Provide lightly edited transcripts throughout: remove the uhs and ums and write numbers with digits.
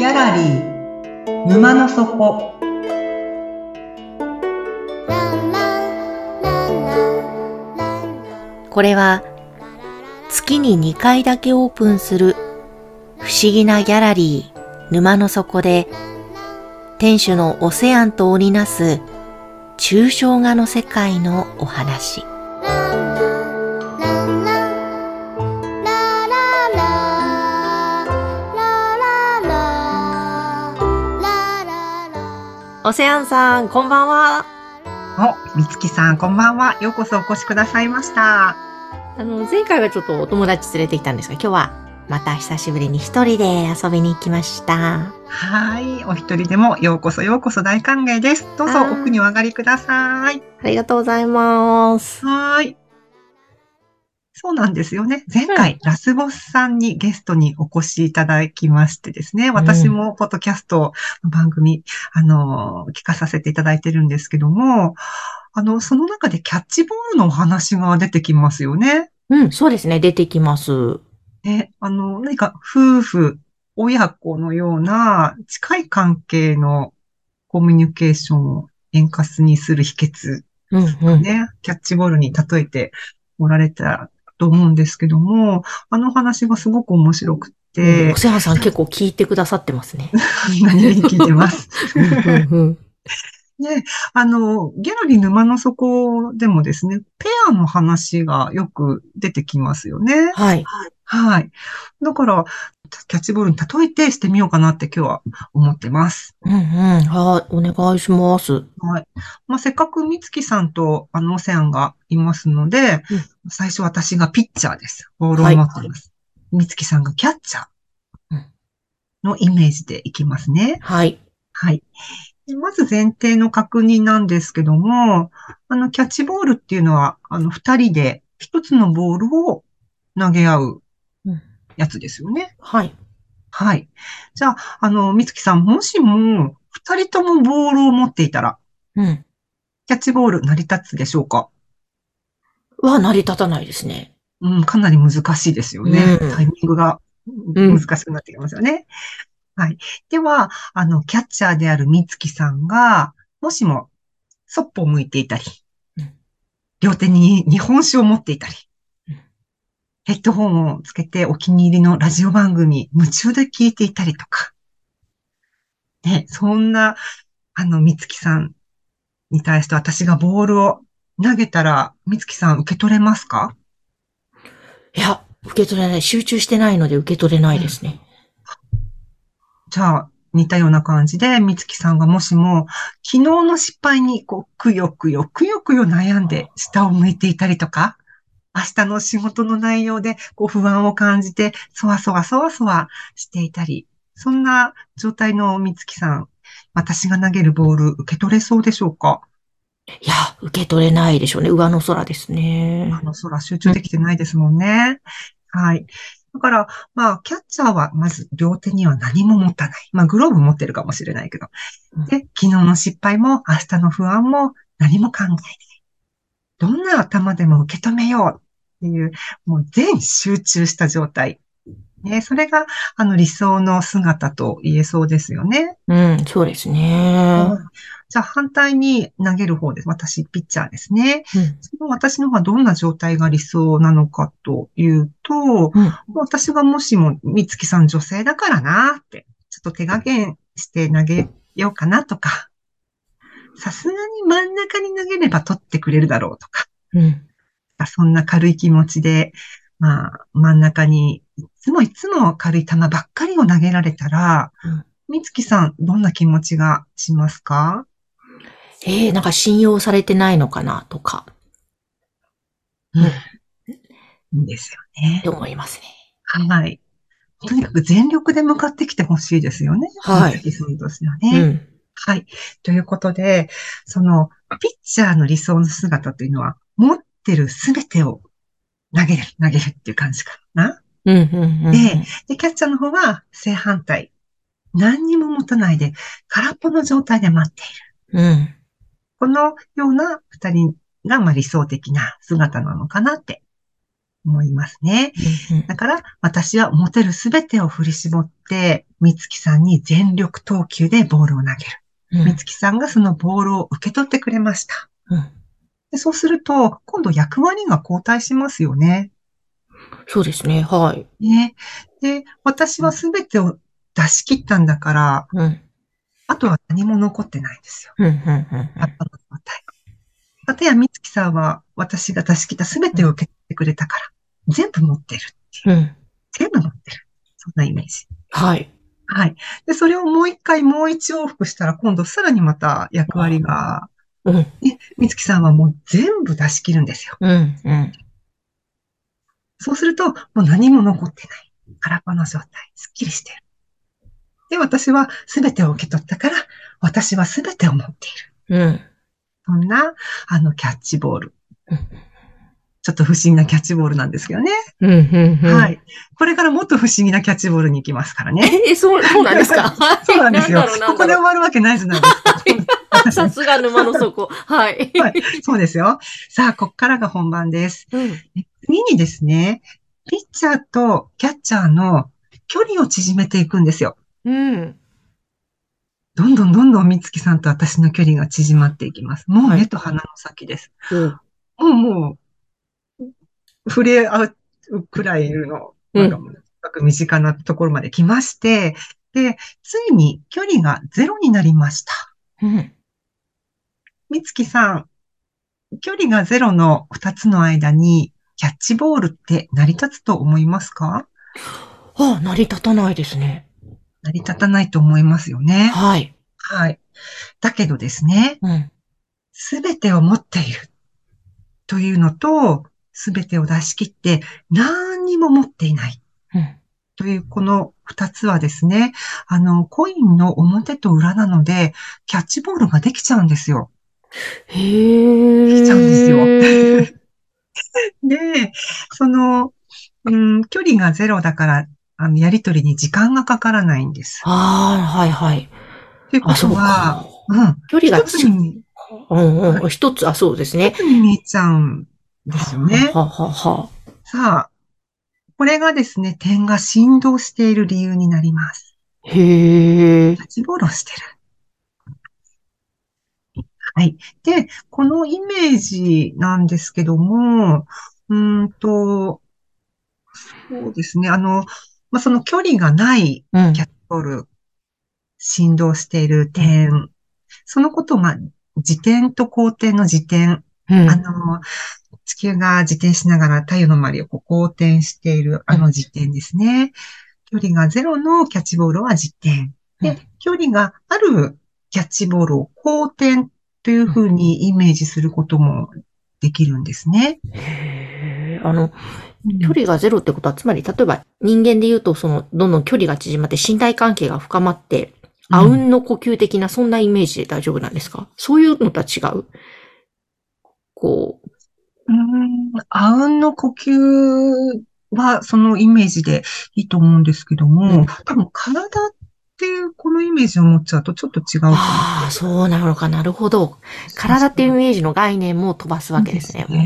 ギャラリー沼の底。 これは月に2回だけオープンする不思議なギャラリー沼の底で、店主のオセアンと織りなす抽象画の世界のお話。オセアンさん、こんばんは。 みつきさん、こんばんは。ようこそお越しくださいました。 前回はちょっとお友達連れてきたんですが、今日はまた久しぶりに一人で遊びに行きました。 はい。お一人でもようこそ大歓迎です。どうぞ奥にお上がりください。 ありがとうございます。 はい。そうなんですよね。前回、ラスボスさんにゲストにお越しいただきましてですね、私もポッドキャストの番組、聞かさせていただいてるんですけども、その中でキャッチボールのお話が出てきますよね。 そうですね。出てきます。 何か夫婦、親子のような近い関係のコミュニケーションを円滑にする秘訣ね、キャッチボールに例えておられたと思うんですけども、あの話がすごく面白くて、 オセアンさん結構聞いてくださってますね。 何気に聞いてます。で、ギャラリー沼の底でもですね、ペアの話がよく出てきますよね。 はい。 はい。だから、キャッチボールに例えてしてみようかなって今日は思ってます。 はい。お願いします。 はい。まあ、せっかく美月さんとオセアンがいますので、最初私がピッチャーです。ボールをはい。 持ってます。美月さんがキャッチャーのイメージでいきますね。 はい。 はい。でまず前提の確認なんですけども、キャッチボールっていうのは、二人で一つのボールを投げ合うやつですよね。 はい。 はい。じゃあ、美月さん、もしも、二人ともボールを持っていたら、キャッチボール成り立つでしょうか？ 成り立たないですね。 かなり難しいですよね。タイミングが難しくなってきますよね。はい。では、キャッチャーである美月さんが、もしも、そっぽを向いていたり、両手に日本酒を持っていたり、ヘッドホンをつけてお気に入りのラジオ番組、夢中で聞いていたりとか、ね、そんな、美月さんに対して私がボールを投げたら、美月さん受け取れますか？ いや、受け取れない。集中してないので受け取れないですね。 じゃあ、似たような感じで、美月さんがもしも、昨日の失敗に、くよくよ、くよくよ悩んで、下を向いていたりとか、明日の仕事の内容で、不安を感じて、そわそわそわそわしていたり、そんな状態の美月さん、私が投げるボール、受け取れそうでしょうか？ いや、受け取れないでしょうね。上の空ですね。 空集中できてないですもんね。はい。だから、キャッチャーはまず両手には何も持たない。グローブ持ってるかもしれないけど。で、昨日の失敗も明日の不安も何も考えない。どんな頭でも受け止めようっていう、もう全集中した状態。ね、それが、理想の姿と言えそうですよね。 そうですね。 じゃあ反対に投げる方です。私、ピッチャーですね。その私の方がどんな状態が理想なのかというと、私がもしも、美月さん女性だからなって、ちょっと手加減して投げようかなとか、さすがに真ん中に投げれば取ってくれるだろうとか、そんな軽い気持ちで、真ん中にいつも軽い球ばっかりを投げられたら、美月さん、どんな気持ちがしますか？ なんか信用されてないのかなとか。 いいですよね。 って思いますね。 はい。とにかく全力で向かってきてほしいですよね。美月さんとしてはね。はい。ということで、その、ピッチャーの理想の姿というのは、持ってるすべてを投げるっていう感じかな。で、キャッチャーの方は正反対。何にも持たないで、空っぽの状態で待っている。このような二人が、理想的な姿なのかなって思いますね。だから、私は持てるすべてを振り絞って、美月さんに全力投球でボールを投げる。美月さんがそのボールを受け取ってくれました。でそうすると、今度役割が交代しますよね。 そうですね。はい。 ね。で、私はすべてを出し切ったんだから、あとは何も残ってないんですよ。かたや美月さんは私が出し切ったすべてを受け取ってくれたから、全部持ってるっていう。全部持ってる。そんなイメージ。 はい。 はい。で、それをもう一回、もう一往復したら、今度さらにまた役割が、美月さんはもう全部出し切るんですよ。そうすると、もう何も残ってない。空っぽの状態。すっきりしてる。で、私は全てを受け取ったから、私は全てを持っている。そんな、キャッチボール。ちょっと不思議なキャッチボールなんですけどね。はい。これからもっと不思議なキャッチボールに行きますからね。 そうなんですかそうなんですよ。ここで終わるわけないじゃないですか。 さすが沼の底。はい。 はい。そうですよ。さあ、こっからが本番です。次にですね、ピッチャーとキャッチャーの距離を縮めていくんですよ。どんどんどんどん美月さんと私の距離が縮まっていきます。もう目と鼻の先です。もう、触れ合うくらいの、なんかもう、身近なところまで来まして、で、ついに距離がゼロになりました。美月さん、距離がゼロの2つの間に、キャッチボールって成り立つと思いますか？ 成り立たないですね。 成り立たないと思いますよね。 はい。 はい。だけどですね、すべてを持っているというのと、すべてを出し切って何にも持っていない。というこの2つはですね、コインの表と裏なので、キャッチボールができちゃうんですよ。できちゃうんですよ。で、距離がゼロだから、やりとりに時間がかからないんです。 はいはい。 ということは、 距離が一つに、 一つ、そうですね。 一つに見えちゃうんですよね。さあ、これがですね、点が振動している理由になります。キャッチボールをしてる。はい。で、このイメージなんですけども、そうですね。その距離がないキャッチボール、振動している点、そのことが自転と公転の自転、地球が自転しながら太陽の周りを公転している自転ですね。距離がゼロのキャッチボールは自転。で、距離があるキャッチボールを公転というふうにイメージすることもできるんですね。 距離がゼロってことは、つまり、例えば人間で言うと、どんどん距離が縮まって信頼関係が深まって、あうんの呼吸的な、そんなイメージで大丈夫なんですか？そういうのとは違う？ あうんの呼吸はそのイメージでいいと思うんですけども、多分体っていうこのイメージを持っちゃうとちょっと違うかも。 そうなのかなるほど。体っていうイメージの概念も飛ばすわけですね。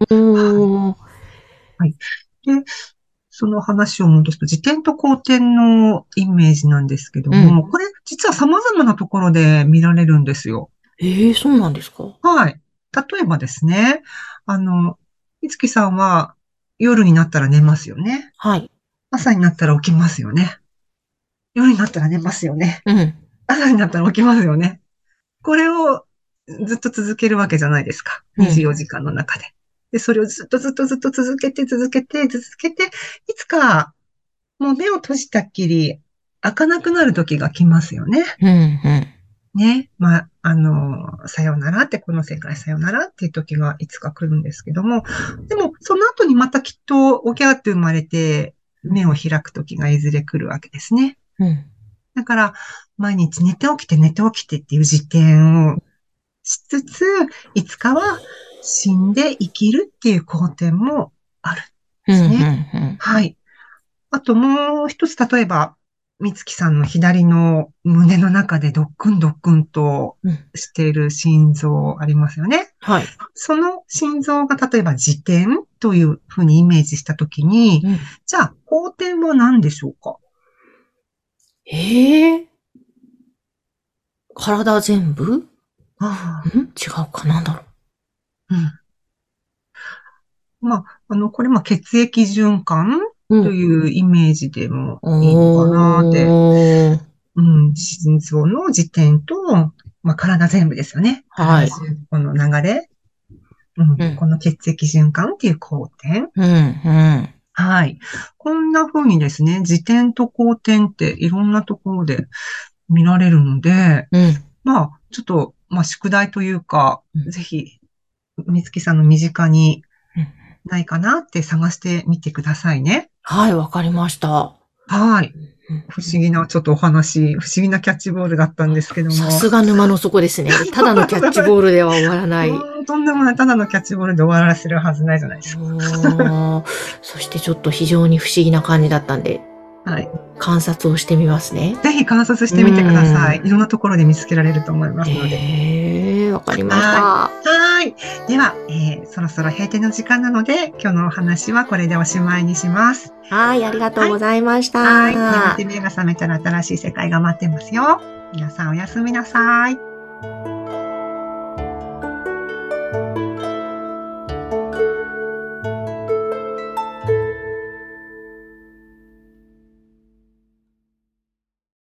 はい。で、その話を戻すと、自転と公転のイメージなんですけども、これ実は様々なところで見られるんですよ。 そうなんですか？ はい。例えばですね、いつきさんは夜になったら寝ますよね。 はい。 朝になったら起きますよね。夜になったら寝ますよね。朝になったら起きますよね。これをずっと続けるわけじゃないですか。24時間の中で。で、それをずっとずっとずっと続けて、いつか、もう目を閉じたっきり、開かなくなる時が来ますよね。ね。さようならって、この世界さようならっていう時がいつか来るんですけども、でも、その後にまたきっと、おぎゃーって生まれて、目を開く時がいずれ来るわけですね。だから、毎日寝て起きてっていう時点をしつつ、いつかは死んで生きるっていう好転もあるんですね。はい。あともう一つ、例えば、 みつきさんの左の胸の中でドックンドックンとしている心臓ありますよね。 はい。 その心臓が例えば自転というふうにイメージしたときに、じゃあ、後転は何でしょうか？ 体全部？ あ違うかなんだろあ、まあ、これ血液循環う。 というイメージでもいいのかなって。 おー。 心臓の自転と、体全部ですよね。 はい。 体中、この流れ。この血液循環っていう後転。はい。こんな風にですね、自転と後転っていろんなところで見られるので、ちょっと、宿題というか、ぜひ、みつきさんの身近にないかなって探してみてくださいね。 はい、わかりました。 はい。不思議なちょっとお話、不思議なキャッチボールだったんですけども。 さすが沼の底ですね。ただのキャッチボールでは終わらない。 とんでもない、ただのキャッチボールで終わらせるはずないじゃないですか。 そしてちょっと非常に不思議な感じだったんで、はい。観察をしてみますね。 ぜひ観察してみてください。いろんなところで見つけられると思いますので。 わかりました。 はい。では、そろそろ閉店の時間なので、今日のお話はこれでおしまいにします。 はい、ありがとうございました。 はい。眠って目が覚めたら新しい世界が待ってますよ。皆さんおやすみなさい。